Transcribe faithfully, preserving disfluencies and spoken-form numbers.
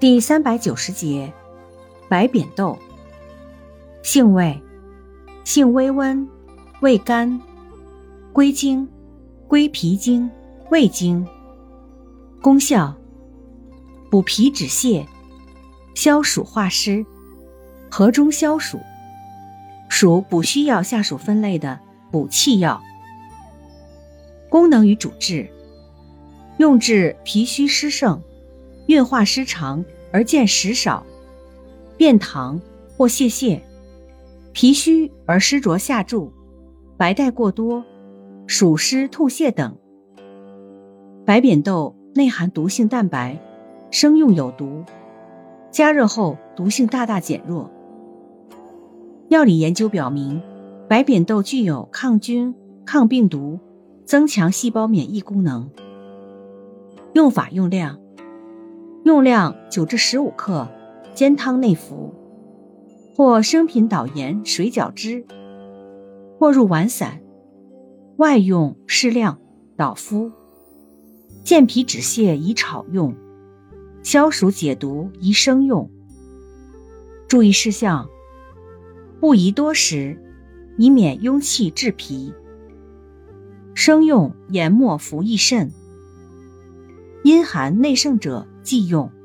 第三百九十节，白扁豆。性味：性微温，味甘，归经：归脾经、胃经。功效：补脾止泻，消暑化湿，和中消暑，属补虚药下属分类的补气药。功能与主治：用治脾虚湿盛、运化失常而见食少、便溏或泄泻、脾虚而湿浊下注、白带过多、暑湿吐泻等。白扁豆内含毒性蛋白，生用有毒，加热后毒性大大减弱。药理研究表明，白扁豆具有抗菌、抗病毒、增强细胞免疫功能。用法用量：用量九至十五克，煎汤内服，或生品捣盐水搅汁，或入丸散，外用适量，捣敷。健脾止泻宜炒用，消暑解毒宜生用。注意事项：不宜多食，以免壅气滞脾。生用研末服益肾。阴寒内盛者忌用。